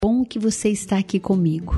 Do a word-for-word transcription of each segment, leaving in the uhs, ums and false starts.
Bom que você está aqui comigo.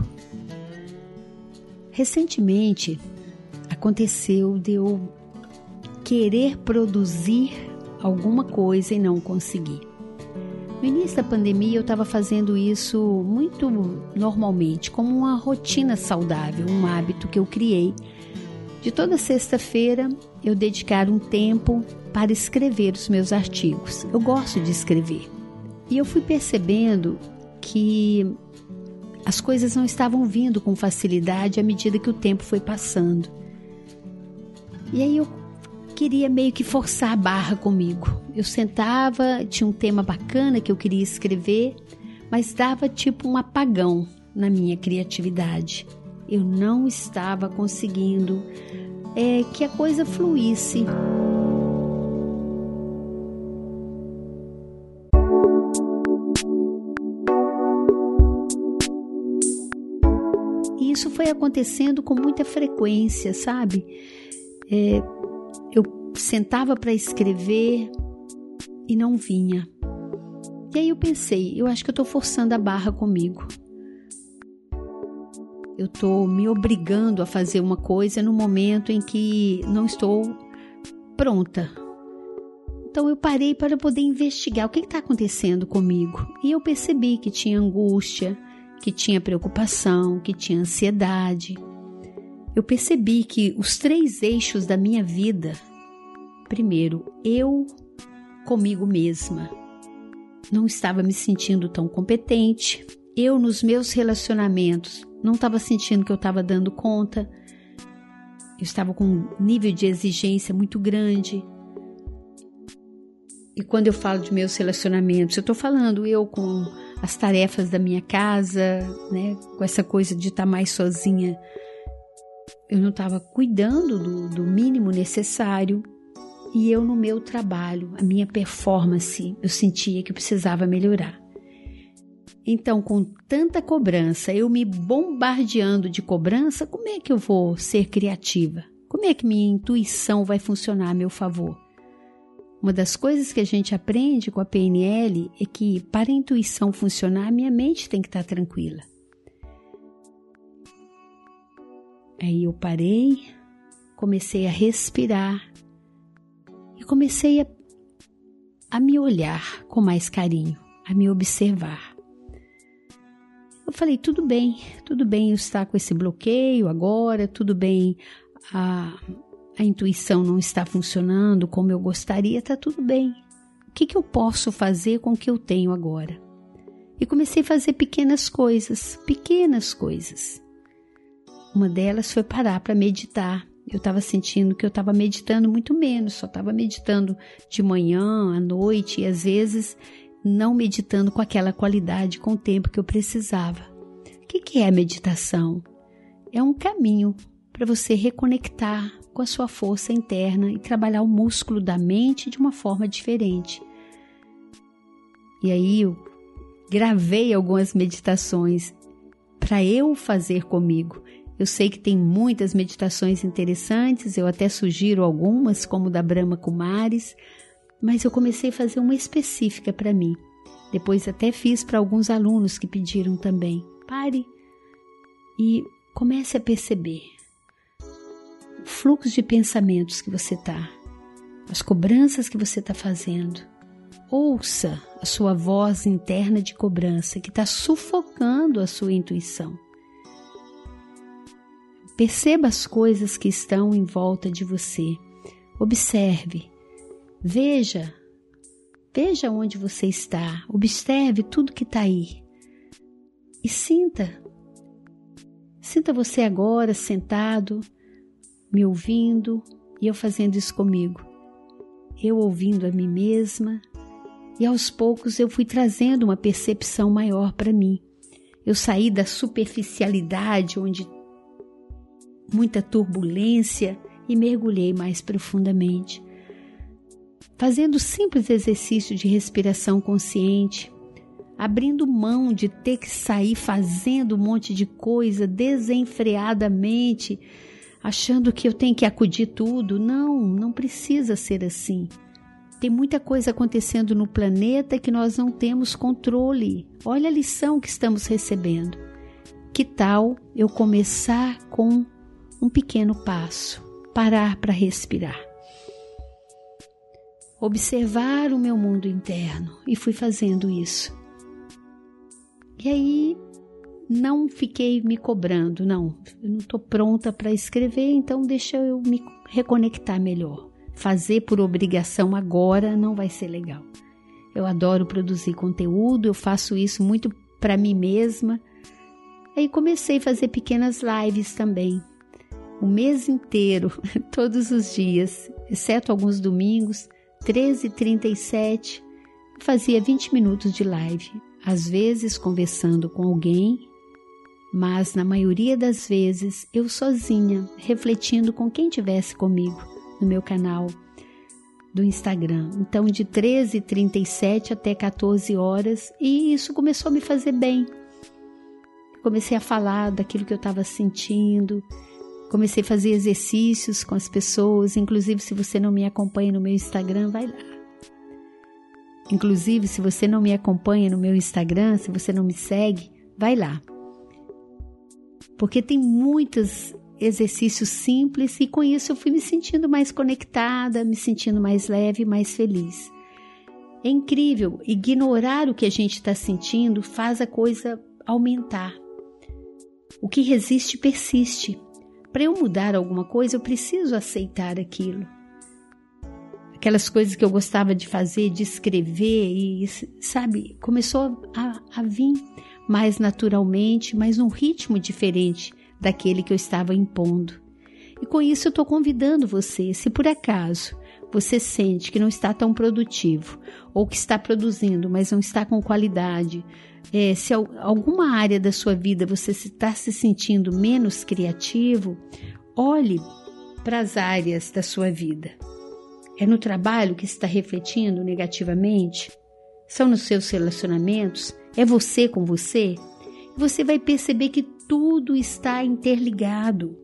Recentemente, aconteceu de eu querer produzir alguma coisa e não conseguir. No início da pandemia, eu estava fazendo isso muito normalmente, como uma rotina saudável, um hábito que eu criei. De toda sexta-feira, eu dedicar um tempo para escrever os meus artigos. Eu gosto de escrever. E eu fui percebendo que as coisas não estavam vindo com facilidade à medida que o tempo foi passando. E aí eu queria meio que forçar a barra comigo. Eu sentava, tinha um tema bacana que eu queria escrever, mas dava tipo um apagão na minha criatividade. Eu não estava conseguindo é, que a coisa fluísse. E isso foi acontecendo com muita frequência, sabe? É, eu sentava para escrever e não vinha. E aí eu pensei, eu acho que eu estou forçando a barra comigo. Eu estou me obrigando a fazer uma coisa no momento em que não estou pronta. Então eu parei para poder investigar o que está acontecendo comigo. E eu percebi que tinha angústia, que tinha preocupação, que tinha ansiedade. Eu percebi que os três eixos da minha vida, primeiro, eu comigo mesma, não estava me sentindo tão competente. Eu, nos meus relacionamentos, não estava sentindo que eu estava dando conta. Eu estava com um nível de exigência muito grande. E quando eu falo de meus relacionamentos, eu estou falando eu com as tarefas da minha casa, né, com essa coisa de estar mais sozinha. Eu não estava cuidando do, do mínimo necessário. E eu no meu trabalho, a minha performance, eu sentia que eu precisava melhorar. Então, com tanta cobrança, eu me bombardeando de cobrança, como é que eu vou ser criativa? Como é que minha intuição vai funcionar a meu favor? Uma das coisas que a gente aprende com a P N L é que para a intuição funcionar, minha mente tem que estar tranquila. Aí eu parei, comecei a respirar e comecei a, a me olhar com mais carinho, a me observar. Eu falei, tudo bem, tudo bem eu estar com esse bloqueio agora, tudo bem a, a intuição não está funcionando como eu gostaria, está tudo bem. O que, que eu posso fazer com o que eu tenho agora? E comecei a fazer pequenas coisas, pequenas coisas. Uma delas foi parar para meditar. Eu estava sentindo que eu estava meditando muito menos, só estava meditando de manhã, à noite e às vezes não meditando com aquela qualidade, com o tempo que eu precisava. O que, que é a meditação? É um caminho para você reconectar com a sua força interna e trabalhar o músculo da mente de uma forma diferente. E aí eu gravei algumas meditações para eu fazer comigo. Eu sei que tem muitas meditações interessantes, eu até sugiro algumas, como da Brahma Kumaris, mas eu comecei a fazer uma específica para mim. Depois até fiz para alguns alunos que pediram também. Pare e comece a perceber o fluxo de pensamentos que você está, as cobranças que você está fazendo. Ouça a sua voz interna de cobrança que está sufocando a sua intuição. Perceba as coisas que estão em volta de você. Observe. Veja. Veja onde você está. Observe tudo que está aí. E sinta. Sinta você agora sentado, me ouvindo e eu fazendo isso comigo. Eu ouvindo a mim mesma. E aos poucos eu fui trazendo uma percepção maior para mim. Eu saí da superficialidade onde muita turbulência e mergulhei mais profundamente. Fazendo simples exercício de respiração consciente, abrindo mão de ter que sair fazendo um monte de coisa desenfreadamente, achando que eu tenho que acudir tudo. Não, não precisa ser assim. Tem muita coisa acontecendo no planeta que nós não temos controle. Olha a lição que estamos recebendo. Que tal eu começar com um pequeno passo? Parar para respirar. Observar o meu mundo interno. E fui fazendo isso. E aí, não fiquei me cobrando. Não, eu não estou pronta para escrever, então deixa eu me reconectar melhor. Fazer por obrigação agora não vai ser legal. Eu adoro produzir conteúdo, eu faço isso muito para mim mesma. Aí comecei a fazer pequenas lives também. O mês inteiro, todos os dias, exceto alguns domingos, treze e trinta e sete, fazia vinte minutos de live. Às vezes conversando com alguém, mas na maioria das vezes eu sozinha, refletindo com quem estivesse comigo no meu canal do Instagram. Então de treze e trinta e sete até quatorze horas, e isso começou a me fazer bem. Comecei a falar daquilo que eu estava sentindo, comecei a fazer exercícios com as pessoas, inclusive se você não me acompanha no meu Instagram, vai lá. Inclusive se você não me acompanha no meu Instagram, se você não me segue, vai lá. Porque tem muitos exercícios simples e com isso eu fui me sentindo mais conectada, me sentindo mais leve, mais feliz. É incrível, ignorar o que a gente está sentindo faz a coisa aumentar. O que resiste persiste. Para eu mudar alguma coisa, eu preciso aceitar aquilo. Aquelas coisas que eu gostava de fazer, de escrever, e, sabe, começou a, a vir mais naturalmente, mas num ritmo diferente daquele que eu estava impondo. E com isso eu estou convidando você, se por acaso você sente que não está tão produtivo, ou que está produzindo, mas não está com qualidade, é, se alguma área da sua vida você está se sentindo menos criativo, olhe para as áreas da sua vida. É no trabalho que está refletindo negativamente? São nos seus relacionamentos? É você com você? Você vai perceber que tudo está interligado.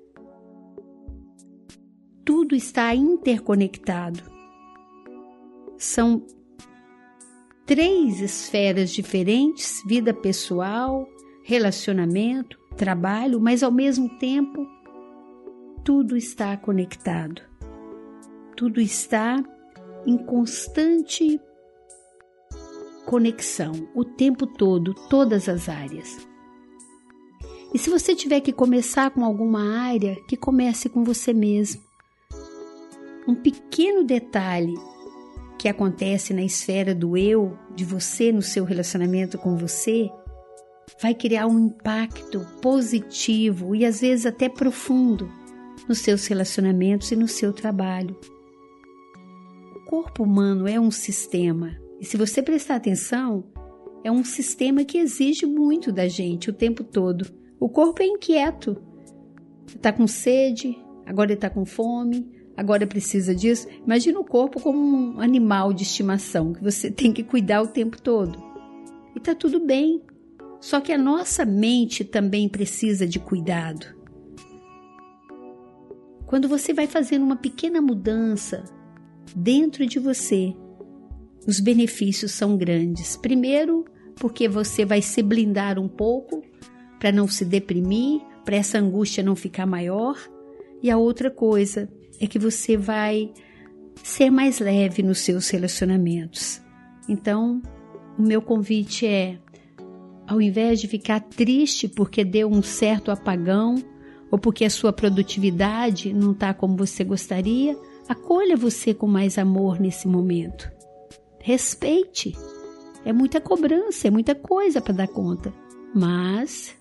Tudo está interconectado. São três esferas diferentes, vida pessoal, relacionamento, trabalho, mas ao mesmo tempo tudo está conectado. Tudo está em constante conexão, o tempo todo, todas as áreas. E se você tiver que começar com alguma área, que comece com você mesmo. Um pequeno detalhe que acontece na esfera do eu, de você, no seu relacionamento com você, vai criar um impacto positivo e às vezes até profundo nos seus relacionamentos e no seu trabalho. O corpo humano é um sistema, e se você prestar atenção, é um sistema que exige muito da gente o tempo todo. O corpo é inquieto, está com sede, agora ele está com fome, agora precisa disso. Imagina o corpo como um animal de estimação que você tem que cuidar o tempo todo. E está tudo bem, só que a nossa mente também precisa de cuidado. Quando você vai fazendo uma pequena mudança dentro de você, os benefícios são grandes. Primeiro, porque você vai se blindar um pouco para não se deprimir, para essa angústia não ficar maior. E a outra coisa é que você vai ser mais leve nos seus relacionamentos. Então, o meu convite é, ao invés de ficar triste porque deu um certo apagão ou porque a sua produtividade não está como você gostaria, acolha você com mais amor nesse momento. Respeite. É muita cobrança, é muita coisa para dar conta. Mas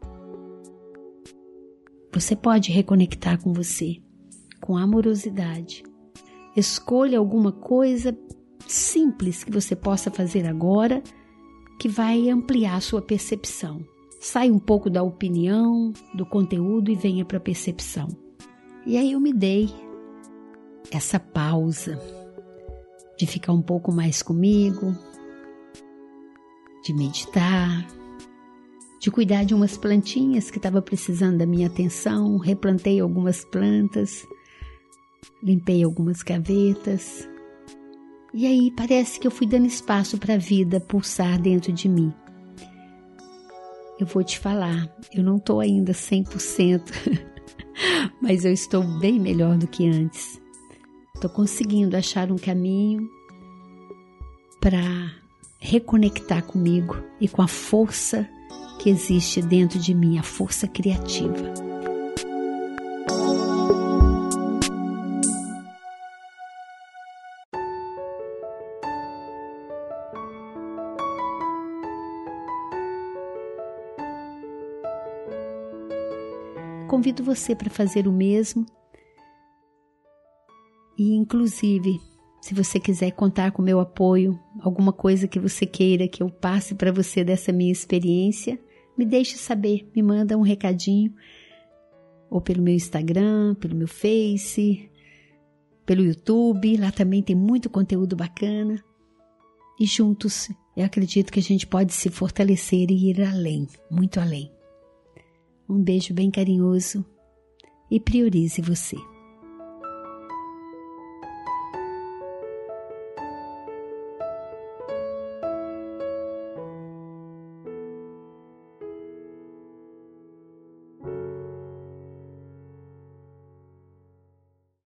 você pode reconectar com você, com amorosidade. Escolha alguma coisa simples que você possa fazer agora que vai ampliar a sua percepção. Sai um pouco da opinião, do conteúdo e venha para a percepção. E aí eu me dei essa pausa de ficar um pouco mais comigo, de meditar, de cuidar de umas plantinhas que estava precisando da minha atenção, replantei algumas plantas, limpei algumas gavetas E aí parece que eu fui dando espaço para a vida pulsar dentro de mim. Eu vou te falar, eu não estou ainda cem por cento, mas eu estou bem melhor do que antes. Estou conseguindo achar um caminho para reconectar comigo e com a força que existe dentro de mim, a força criativa. Convido você para fazer o mesmo e, inclusive, se você quiser contar com o meu apoio, alguma coisa que você queira que eu passe para você dessa minha experiência, me deixe saber, me manda um recadinho, ou pelo meu Instagram, pelo meu Face, pelo YouTube, lá também tem muito conteúdo bacana. E juntos, eu acredito que a gente pode se fortalecer e ir além, muito além. Um beijo bem carinhoso e priorize você.